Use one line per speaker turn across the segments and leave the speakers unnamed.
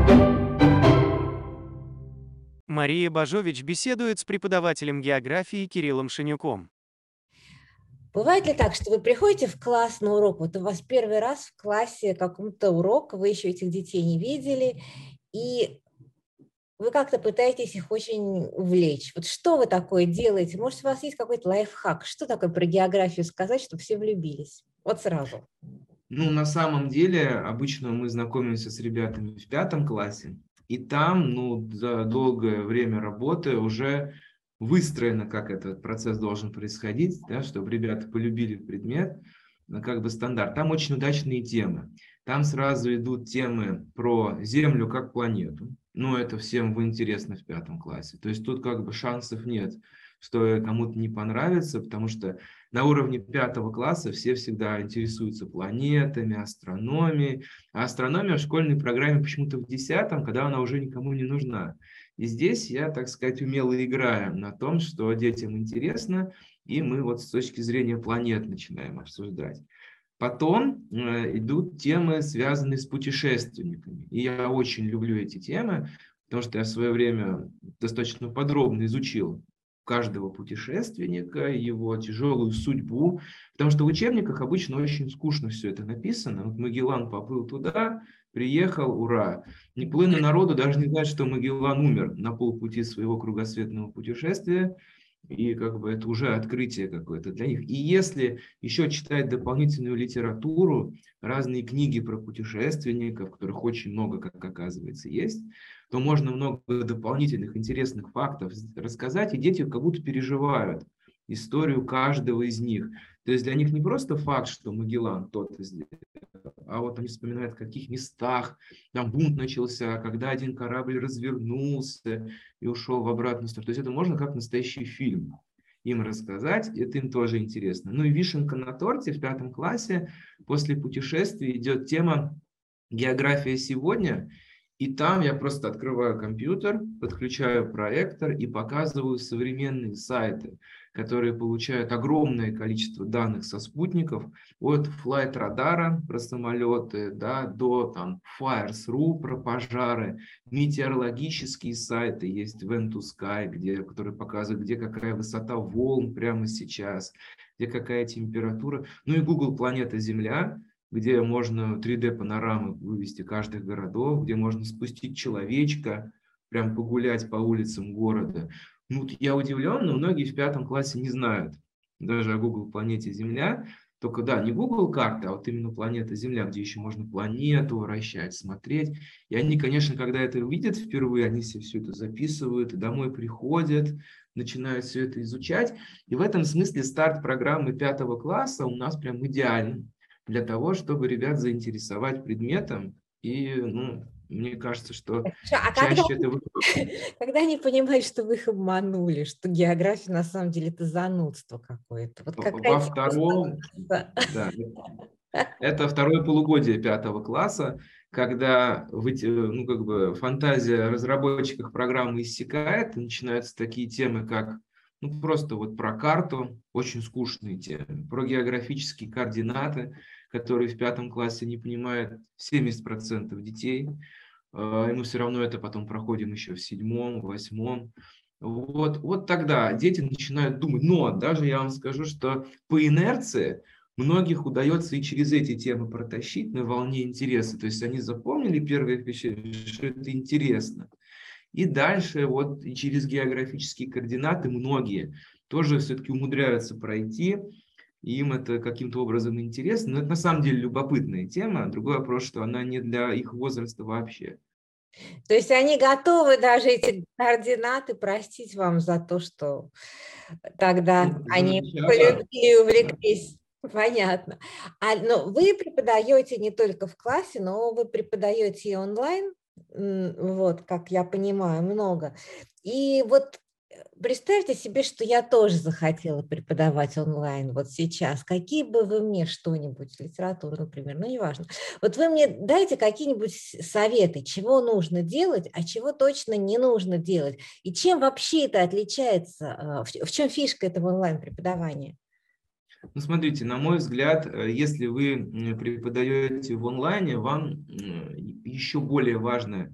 Мария Бажович беседует с преподавателем географии Кириллом Шанюком.
Бывает ли так, что вы приходите в класс на урок, вот у вас первый раз в классе какой-то урок, вы еще этих детей не видели, и вы как-то пытаетесь их очень увлечь. Вот что вы такое делаете? Может, у вас есть какой-то лайфхак? Что такое про географию сказать, чтобы все влюбились? Вот сразу.
Ну, на самом деле, обычно мы знакомимся с ребятами в 5 классе, и там, ну, за долгое время работы уже выстроено, как этот процесс должен происходить, да, чтобы ребята полюбили предмет, как бы стандарт. Там очень удачные темы. Там сразу идут темы про Землю как планету. Ну, это всем интересно в 5 классе. То есть тут как бы шансов нет, что кому-то не понравится, потому что на уровне 5 класса все всегда интересуются планетами, астрономией. А астрономия в школьной программе почему-то в 10, когда она уже никому не нужна. И здесь я, так сказать, умело играю на том, что детям интересно, и мы вот с точки зрения планет начинаем обсуждать. Потом идут темы, связанные с путешественниками. И я очень люблю эти темы, потому что я в свое время достаточно подробно изучил каждого путешественника, его тяжелую судьбу, потому что в учебниках обычно очень скучно все это написано. Вот Магеллан поплыл туда, приехал, ура. Половина народу даже не знает, что Магеллан умер на полпути своего кругосветного путешествия, и как бы это уже открытие какое-то для них. И если еще читать дополнительную литературу, разные книги про путешественников, которых очень много, как оказывается, есть, то можно много дополнительных интересных фактов рассказать, и дети как будто переживают историю каждого из них. То есть для них не просто факт, что Магеллан тот-то сделал, а вот они вспоминают, в каких местах там бунт начался, когда один корабль развернулся и ушел в обратную сторону. То есть это можно как настоящий фильм им рассказать, это им тоже интересно. Ну и вишенка на торте в 5 классе после путешествий идет тема «География сегодня», и там я просто открываю компьютер, подключаю проектор и показываю современные сайты, которые получают огромное количество данных со спутников, от Flight Radar про самолеты, да, до там Fires.ru про пожары, метеорологические сайты есть Vent2Sky, которые показывают, где какая высота волн прямо сейчас, где какая температура. Ну и Google Планета Земля, где можно 3D-панорамы вывести каждых городов, где можно спустить человечка, прям погулять по улицам города. Ну, я удивлен, но многие в 5 классе не знают даже о Google Планете Земля. Только, да, не Google карты, а вот именно планета Земля, где еще можно планету вращать, смотреть. И они, конечно, когда это увидят впервые, они себе все это записывают, и домой приходят, начинают все это изучать. И в этом смысле старт программы 5 класса у нас прям идеальный для того, чтобы ребят заинтересовать предметом. И, ну, мне кажется, что чаще это
когда они понимают, что вы их обманули, что география на самом деле это занудство какое-то. Вот
во втором, да, это второе полугодие 5 класса, когда ну, как бы фантазия разработчиков программы иссякает, и начинаются такие темы, как ну, просто вот про карту, очень скучные темы, про географические координаты, которые в 5 классе не понимают 70% детей. И мы все равно это потом проходим еще в 7-м, 8-м. Вот тогда дети начинают думать. Но даже я вам скажу, что по инерции многих удается и через эти темы протащить на волне интереса. То есть они запомнили первые впечатления, что это интересно. И дальше вот и через географические координаты многие тоже все-таки умудряются пройти. И им это каким-то образом интересно. Но это на самом деле любопытная тема. Другой вопрос, что она не для их возраста вообще.
То есть они готовы даже эти координаты простить вам за то, что тогда они полюбили и увлеклись. Понятно. Но вы преподаете не только в классе, но вы преподаете и онлайн, вот, как я понимаю, много. И вот представьте себе, что я тоже захотела преподавать онлайн вот сейчас. Какие бы вы мне что-нибудь, литературу, например, ну, неважно. Вот вы мне дайте какие-нибудь советы, чего нужно делать, а чего точно не нужно делать. И чем вообще это отличается, в чем фишка этого онлайн-преподавания?
Ну, смотрите, на мой взгляд, если вы преподаете в онлайне, вам еще более важно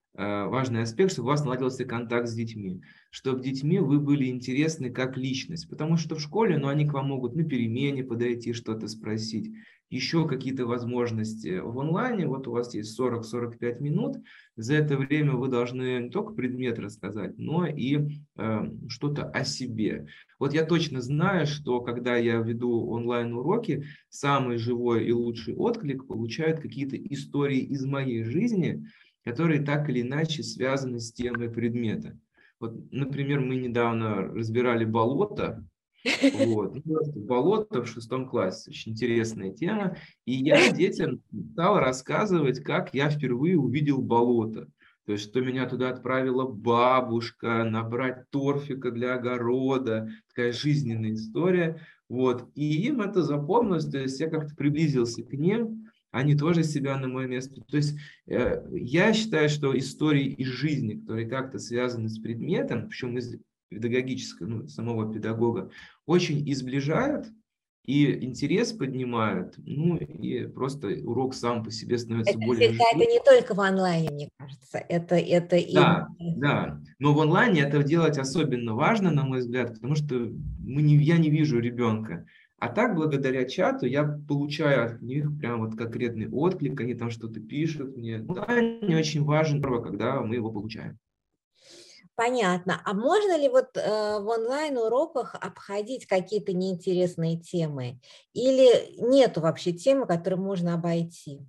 важный аспект, чтобы у вас наладился контакт с детьми, чтобы детьми вы были интересны как личность, потому что в школе, ну, они к вам могут на перемене подойти, что-то спросить, еще какие-то возможности. В онлайне вот у вас есть 40-45 минут, за это время вы должны не только предмет рассказать, но и что-то о себе. Вот я точно знаю, что когда я веду онлайн-уроки, самый живой и лучший отклик получают какие-то истории из моей жизни, которые так или иначе связаны с темой предмета. Вот, например, мы недавно разбирали болото. Вот. Ну, просто болото в 6 классе. Очень интересная тема. И я детям стал рассказывать, как я впервые увидел болото. То есть, что меня туда отправила бабушка, набрать торфика для огорода. Такая жизненная история. Вот. И им это запомнилось. То есть, я как-то приблизился к ним. Они тоже себя на мое место. То есть, я считаю, что истории из жизни, которые как-то связаны с предметом, причем из педагогического, ну, самого педагога, очень изближают и интерес поднимают, ну и просто урок сам по себе становится
Это
более
всегда, это
живым.
не только в онлайне, мне кажется, это и...
Да, да, но в онлайне это делать особенно важно, на мой взгляд, потому что я не вижу ребенка. А так, благодаря чату, я получаю от них прям вот конкретный отклик, они там что-то пишут мне. Ну, да, не очень важен, когда мы его получаем.
Понятно. А можно ли вот в онлайн-уроках обходить какие-то неинтересные темы? Или нету вообще темы, которые можно обойти?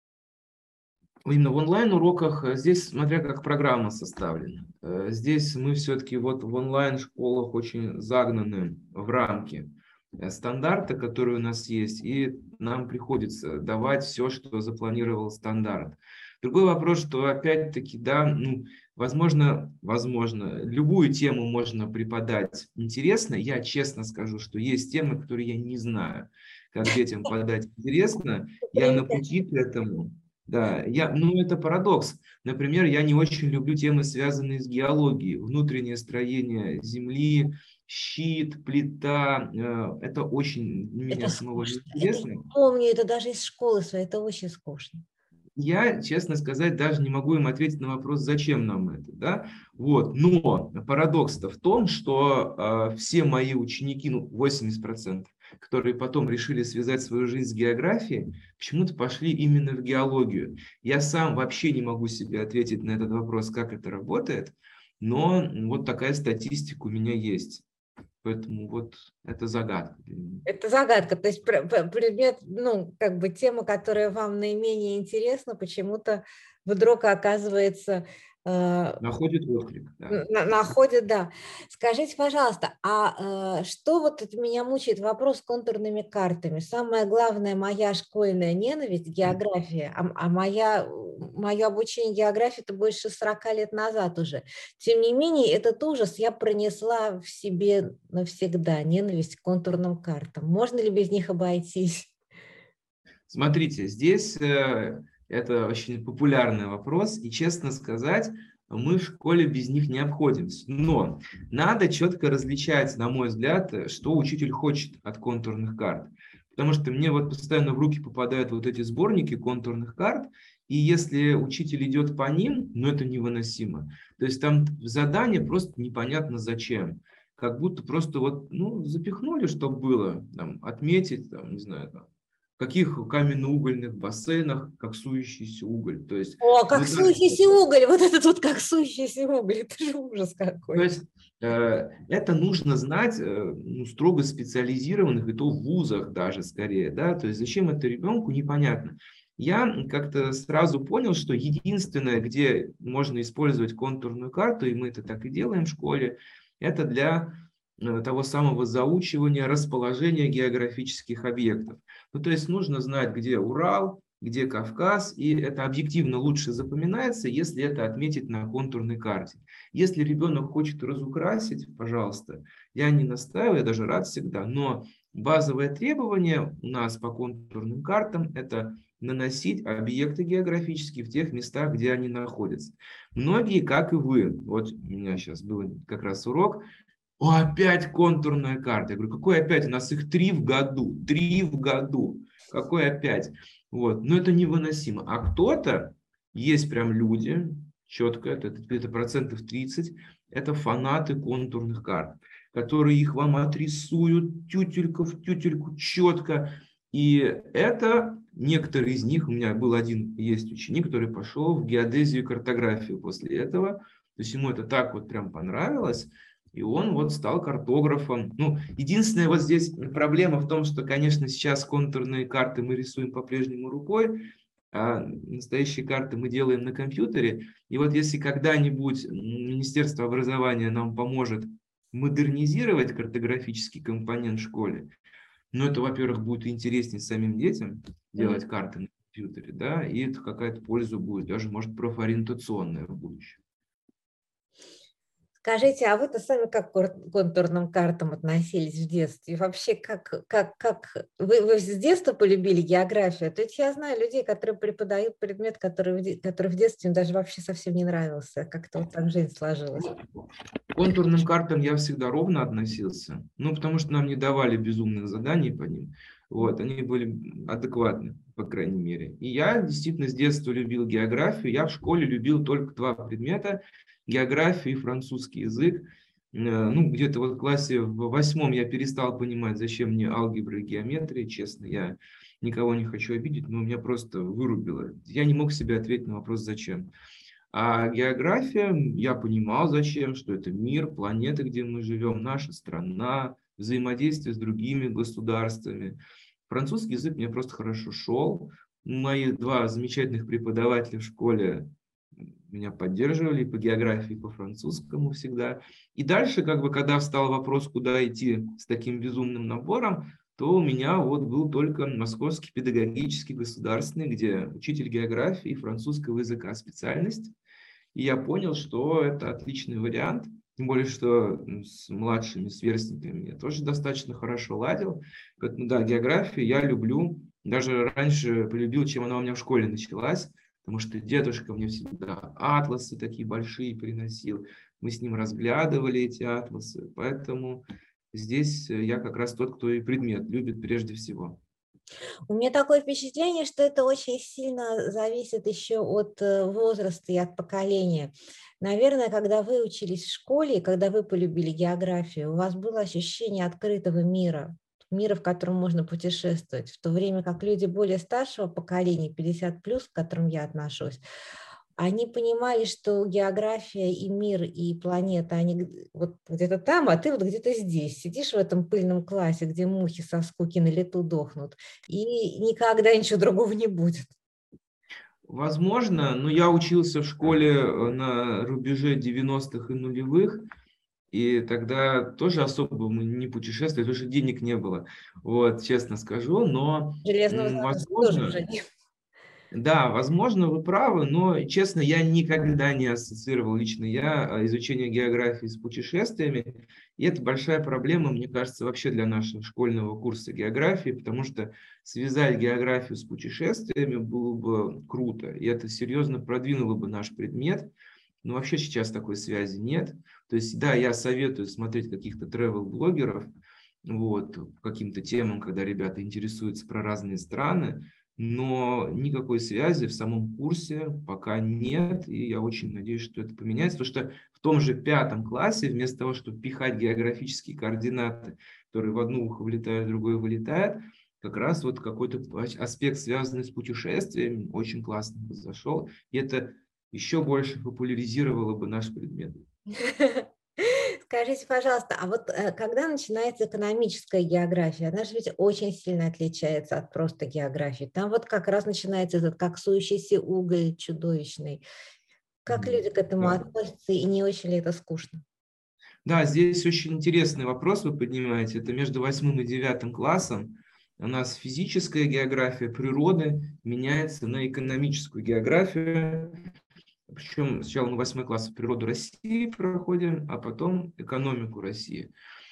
Именно в онлайн-уроках, здесь смотря как программа составлена. Здесь мы все-таки вот в онлайн-школах очень загнаны в рамки стандарта, который у нас есть, и нам приходится давать все, что запланировал стандарт. Другой вопрос, что опять-таки, да, ну, возможно, любую тему можно преподать интересно. Я честно скажу, что есть темы, которые я не знаю, как детям подать интересно. Я на пути к этому. Да, ну это парадокс. Например, я не очень люблю темы, связанные с геологией, внутреннее строение Земли, щит, плита. Это очень для меня
Это
самого
скучно.
интересно.
Я помню, это даже из школы своей, это очень скучно.
Я, честно сказать, даже не могу им ответить на вопрос, зачем нам это, да? Вот. Но парадокс-то в том, что все мои ученики, ну, 80%, которые потом решили связать свою жизнь с географией, почему-то пошли именно в геологию. Я сам вообще не могу себе ответить на этот вопрос, как это работает, но вот такая статистика у меня есть. Поэтому вот это загадка для меня.
Это загадка, то есть предмет, ну, как бы тема, которая вам наименее интересна, почему-то вдруг оказывается...
Находит отклик, да.
Находит, да. Скажите, пожалуйста, а что вот это меня мучает вопрос с контурными картами? Самая главная моя школьная ненависть – география, мое обучение географии – это больше 40 лет назад уже. Тем не менее, этот ужас я пронесла в себе навсегда, ненависть к контурным картам. Можно ли без них обойтись?
Смотрите, здесь это очень популярный вопрос, и, честно сказать, мы в школе без них не обходимся. Но надо четко различать, на мой взгляд, что учитель хочет от контурных карт. Потому что мне вот постоянно в руки попадают вот эти сборники контурных карт, и если учитель идет по ним, ну это невыносимо. То есть там задание просто непонятно зачем. Как будто просто вот, ну, запихнули, чтобы было, там, отметить, там, не знаю, там, в каких каменно-угольных бассейнах коксующийся уголь. То есть,
О, коксующийся уголь, вот этот вот коксующийся уголь, это же ужас какой.
То есть это нужно знать ну, строго специализированных, и то в вузах даже скорее. Да? То есть зачем это ребенку, непонятно. Я как-то сразу понял, что единственное, где можно использовать контурную карту, и мы это так и делаем в школе, это для того самого заучивания расположения географических объектов. Ну, то есть нужно знать, где Урал, где Кавказ, и это объективно лучше запоминается, если это отметить на контурной карте. Если ребенок хочет разукрасить, пожалуйста, я не настаиваю, я даже рад всегда, но базовое требование у нас по контурным картам – это наносить объекты географические в тех местах, где они находятся. Многие, как и вы, вот у меня сейчас был как раз урок, опять контурная карта. Я говорю, какой опять? У нас их 3 в году. 3 в году. Какой опять? Вот. Но это невыносимо. А кто-то, есть прям люди, четко, это где-то 30%, это фанаты контурных карт, которые их вам отрисуют тютелька в тютельку четко. И это некоторые из них, у меня был есть ученик, который пошел в геодезию и картографию после этого. То есть ему это так вот прям понравилось. И он вот стал картографом. Ну, единственная вот здесь проблема в том, что, конечно, сейчас контурные карты мы рисуем по-прежнему рукой, а настоящие карты мы делаем на компьютере. И вот если когда-нибудь Министерство образования нам поможет модернизировать картографический компонент в школе, ну, это, во-первых, будет интереснее самим детям делать карты на компьютере, да, и это какая-то польза будет, даже, может, профориентационная в будущем.
Скажите, а вы-то сами как к контурным картам относились в детстве? Вообще, вы с детства полюбили географию? То есть я знаю людей, которые преподают предмет, который в детстве им даже вообще совсем не нравился. Как-то вот так жизнь сложилась.
К контурным картам я всегда ровно относился, ну, потому что нам не давали безумных заданий по ним. Вот, они были адекватны, по крайней мере. И я действительно с детства любил географию. Я в школе любил только 2 предмета: географию и французский язык. Ну, где-то вот в классе в 8 я перестал понимать, зачем мне алгебра и геометрия. Честно, я никого не хочу обидеть, но меня просто вырубило. Я не мог себе ответить на вопрос, зачем. А география, я понимал, зачем, что это мир, планеты, где мы живем, наша страна, взаимодействие с другими государствами. Французский язык мне просто хорошо шел. Мои 2 замечательных преподавателя в школе меня поддерживали по географии, по французскому всегда. И дальше, когда встал вопрос, куда идти с таким безумным набором, то у меня вот был только Московский педагогический государственный, где учитель географии и французского языка специальность. И я понял, что это отличный вариант. Тем более, что с младшими сверстниками я тоже достаточно хорошо ладил. Поэтому, да, географию я люблю. Даже раньше полюбил, чем она у меня в школе началась. Потому что дедушка мне всегда атласы такие большие приносил. Мы с ним разглядывали эти атласы. Поэтому здесь я как раз тот, кто и предмет любит прежде всего.
У меня такое впечатление, что это очень сильно зависит еще от возраста и от поколения. Наверное, когда вы учились в школе, и когда вы полюбили географию, у вас было ощущение открытого мира, в котором можно путешествовать, в то время как люди более старшего поколения, 50+, к которым я отношусь, они понимали, что география и мир, и планета, они вот где-то там, а ты вот где-то здесь. Сидишь в этом пыльном классе, где мухи со скуки на лету дохнут, и никогда ничего другого не будет.
Возможно, но я учился в школе на рубеже 90-х и нулевых, и тогда тоже особо мы не путешествовали, потому что денег не было, вот, честно скажу, но
Железного занавеса тоже
возможно...
уже нет.
Да, возможно, вы правы, но, честно, я никогда не ассоциировал лично изучение географии с путешествиями. И это большая проблема, мне кажется, вообще для нашего школьного курса географии, потому что связать географию с путешествиями было бы круто, и это серьезно продвинуло бы наш предмет. Но вообще сейчас такой связи нет. То есть, да, я советую смотреть каких-то travel-блогеров, вот, по каким-то темам, когда ребята интересуются про разные страны, но никакой связи в самом курсе пока нет, и я очень надеюсь, что это поменяется, потому что в том же 5 классе вместо того, чтобы пихать географические координаты, которые в одно ухо влетают, в другое вылетают, как раз вот какой-то аспект, связанный с путешествиями, очень классно зашел, и это еще больше популяризировало бы наш предмет.
Скажите, пожалуйста, а вот когда начинается экономическая география, она же ведь очень сильно отличается от просто географии. Там вот как раз начинается этот коксующийся уголь чудовищный. Как люди к этому относятся, и не очень ли это скучно?
Да, здесь очень интересный вопрос вы поднимаете. Это между 8 и 9 классом. У нас физическая география природы меняется на экономическую географию. Причем сначала мы 8 класс природу России проходим, а потом экономику России.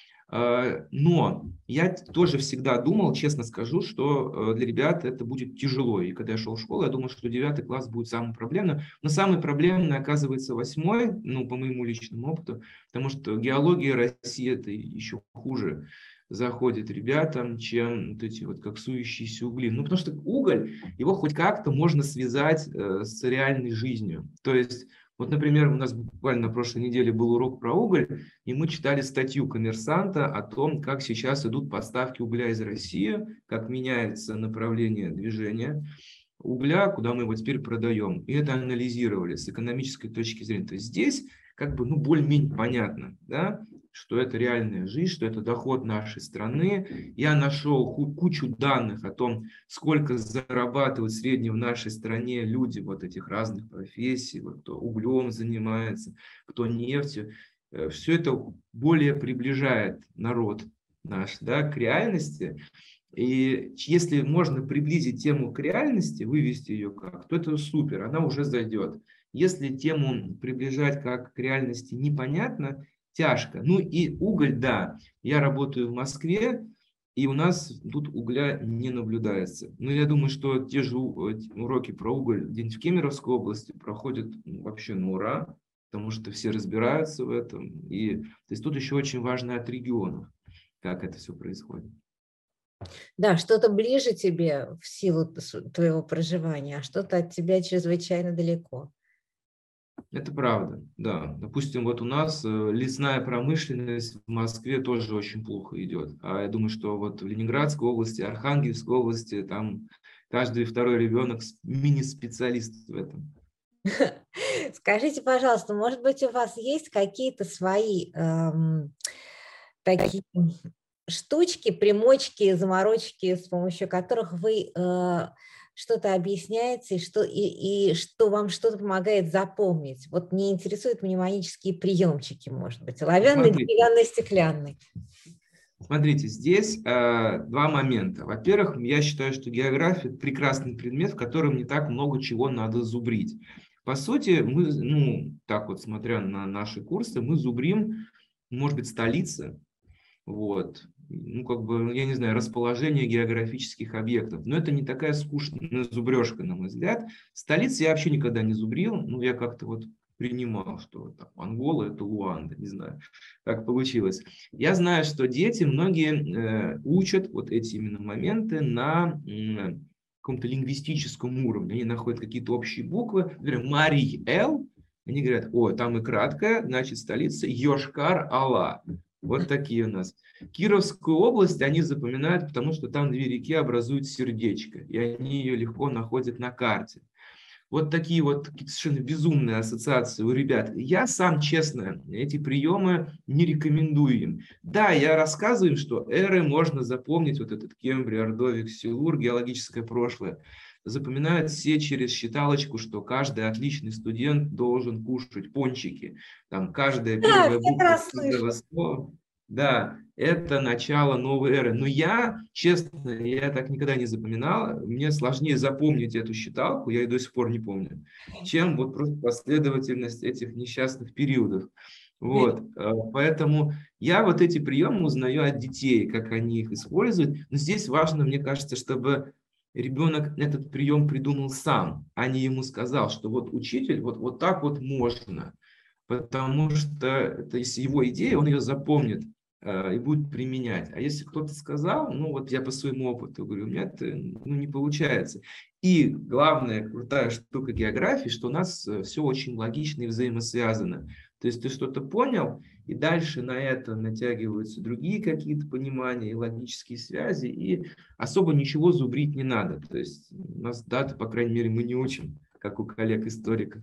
Но я тоже всегда думал, честно скажу, что для ребят это будет тяжело. И когда я шел в школу, я думал, что 9 класс будет самым проблемным. Но самый проблемный оказывается 8, ну, по моему личному опыту, потому что геология России это еще хуже заходит ребятам, чем вот эти вот коксующиеся угли. Ну, потому что уголь, его хоть как-то можно связать с реальной жизнью. То есть Вот, например, у нас буквально на прошлой неделе был урок про уголь, и мы читали статью «Коммерсанта» о том, как сейчас идут поставки угля из России, как меняется направление движения угля, куда мы его теперь продаем. И это анализировали с экономической точки зрения. То есть здесь как бы, ну, более-менее понятно, да, что это реальная жизнь, что это доход нашей страны. Я нашел кучу данных о том, сколько зарабатывают в среднем в нашей стране люди вот этих разных профессий, вот, кто углем занимается, кто нефтью. Все это более приближает народ наш, да, к реальности. И если можно приблизить тему к реальности, вывести ее как, то это супер, она уже зайдет. Если тему приближать как к реальности непонятно, тяжко. Ну и уголь, да, я работаю в Москве, и у нас тут угля не наблюдается. Но я думаю, что те же уроки про уголь где-нибудь в Кемеровской области проходят вообще на ура, потому что все разбираются в этом. И, то есть тут еще очень важно от регионов, как это все происходит.
Да, что-то ближе тебе в силу твоего проживания, а что-то от тебя чрезвычайно далеко.
Это правда, да. Допустим, вот у нас лесная промышленность в Москве тоже очень плохо идет. А я думаю, что вот в Ленинградской области, Архангельской области, там каждый второй ребенок мини-специалист в этом.
Скажите, пожалуйста, может быть, у вас есть какие-то свои такие штучки, примочки, заморочки, с помощью которых вы что-то объясняете, и что вам что-то помогает запомнить? Вот мне интересуют мнемонические приемчики, может быть, оловянный, деревянный, стеклянный.
Смотрите, здесь два момента. Во-первых, я считаю, что география – это прекрасный предмет, в котором не так много чего надо зубрить. По сути, мы, ну, так вот, смотря на наши курсы, мы зубрим, может быть, столицы, вот, ну, как бы, я не знаю, расположение географических объектов. Но это не такая скучная зубрежка, на мой взгляд. Столицы я вообще никогда не зубрил, ну, я как-то вот принимал, что там, Ангола – это Луанда, не знаю, как получилось. Я знаю, что дети, многие учат вот эти именно моменты на каком-то лингвистическом уровне. Они находят какие-то общие буквы, например, Марий-Эл, они говорят, о, там и краткая, значит, столица Йошкар-Ола. Вот такие у нас. Кировскую область они запоминают, потому что там две реки образуют сердечко, и они ее легко находят на карте. Вот такие вот совершенно безумные ассоциации у ребят. Я сам, честно, эти приемы не рекомендую им. Да, я рассказываю им, что эры можно запомнить, вот этот Кембрий, Ордовик, Силур, геологическое прошлое. Запоминают все через считалочку, что каждый отличный студент должен кушать пончики. Там каждая первая буква каждого слова. Да, это начало новой эры. Но я, честно, я так никогда не запоминал. Мне сложнее запомнить эту считалку, я ее до сих пор не помню, чем вот просто последовательность этих несчастных периодов. Вот, поэтому я вот эти приемы узнаю от детей, как они их используют. Но здесь важно, мне кажется, чтобы ребенок этот прием придумал сам, а не ему сказал, что вот учитель, вот так вот можно. Потому что это его идея, он ее запомнит и будет применять. А если кто-то сказал, ну вот я по своему опыту говорю, у меня это не получается. И главная крутая штука географии, что у нас все очень логично и взаимосвязано. То есть ты что-то понял, и дальше на это натягиваются другие какие-то понимания и логические связи, и особо ничего зубрить не надо. То есть у нас даты, по крайней мере, мы не учим, как у коллег-историков.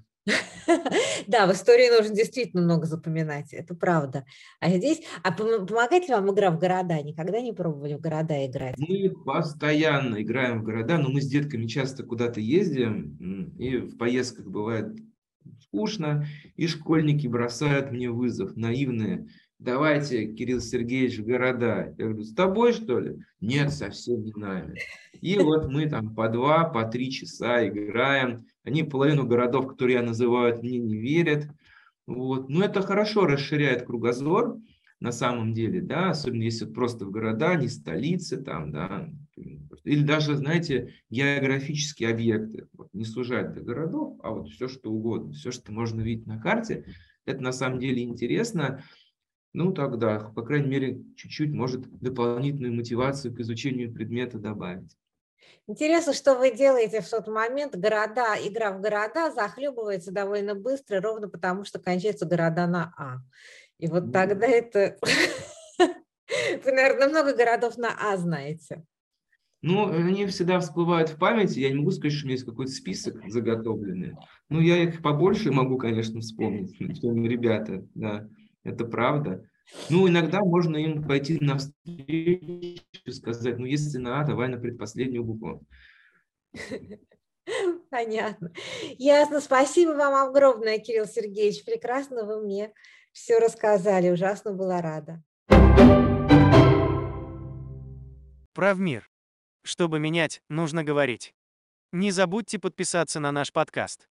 Да, в истории нужно действительно много запоминать, это правда. А здесь, помогает ли вам игра в города? Никогда не пробовали в города играть?
Мы постоянно играем в города, но мы с детками часто куда-то ездим, и в поездках бывает скучно, и школьники бросают мне вызов, наивные. Давайте, Кирилл Сергеевич, в города. Я говорю, с тобой, что ли? Нет, совсем не нами. И вот мы там по 2, по 3 часа играем. Они половину городов, которые я называю, мне не верят. Вот. Но это хорошо расширяет кругозор на самом деле, да, особенно если просто в города, не столицы там, да, или даже, знаете, географические объекты, вот, не сужать до городов, а вот все, что угодно, все, что можно видеть на карте, это на самом деле интересно. Ну, тогда, по крайней мере, чуть-чуть может дополнительную мотивацию к изучению предмета добавить.
Интересно, что вы делаете в тот момент. Игра в города захлебывается довольно быстро, ровно потому, что кончаются города на «а». И вот тогда это... Вы, наверное, много городов на «а» знаете.
Ну, они всегда всплывают в памяти. Я не могу сказать, что у меня есть какой-то список заготовленный. Ну, я их побольше могу, конечно, вспомнить, чем ребята, да, это правда. Ну, иногда можно им пойти навстречу, сказать, ну, если на «а», давай на предпоследнюю букву.
Понятно. Ясно. Спасибо вам огромное, Кирилл Сергеевич. Прекрасно вы мне все рассказали. Ужасно была рада.
Правмир. Чтобы менять, нужно говорить. Не забудьте подписаться на наш подкаст.